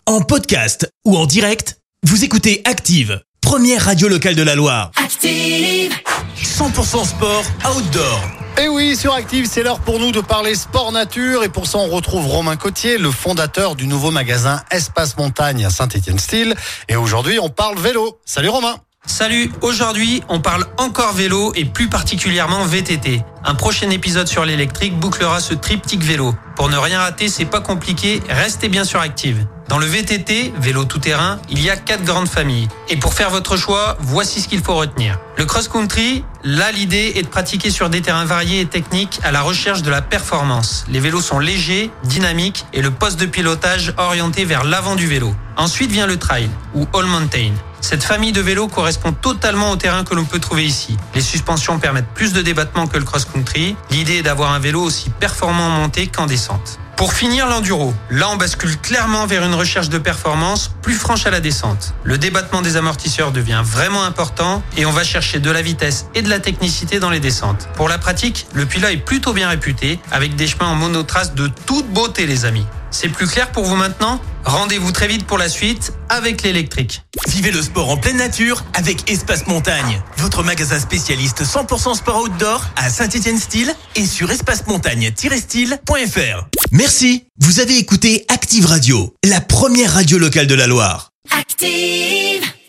En podcast ou en direct, vous écoutez Active, première radio locale de la Loire. Active 100% sport outdoor. Et oui, sur Active, c'est l'heure pour nous de parler sport nature. Et pour ça, on retrouve Romain Cotier, le fondateur du nouveau magasin Espace Montagne à Saint-Étienne-Style. Et aujourd'hui, on parle vélo. Salut Romain. Salut, aujourd'hui on parle encore vélo et plus particulièrement VTT. Un prochain épisode sur l'électrique bouclera ce triptyque vélo. Pour ne rien rater, c'est pas compliqué, restez bien sur Active. Dans le VTT, vélo tout-terrain, il y a 4 grandes familles. Et pour faire votre choix, voici ce qu'il faut retenir. Le cross-country, là l'idée est de pratiquer sur des terrains variés et techniques à la recherche de la performance. Les vélos sont légers, dynamiques et le poste de pilotage orienté vers l'avant du vélo. Ensuite vient le trail, ou all mountain. Cette famille de vélos correspond totalement au terrain que l'on peut trouver ici. Les suspensions permettent plus de débattement que le cross-country. L'idée est d'avoir un vélo aussi performant en montée qu'en descente. Pour finir, l'enduro. Là, on bascule clairement vers une recherche de performance plus franche à la descente. Le débattement des amortisseurs devient vraiment important et on va chercher de la vitesse et de la technicité dans les descentes. Pour la pratique, le Pila est plutôt bien réputé avec des chemins en monotrace de toute beauté, les amis. C'est plus clair pour vous maintenant ? Rendez-vous très vite pour la suite avec l'électrique. Vivez le sport en pleine nature avec Espace Montagne, votre magasin spécialiste 100% sport outdoor à Saint-Étienne-Style et sur espacemontagne-style.fr. Merci, vous avez écouté Active Radio, la première radio locale de la Loire. Active!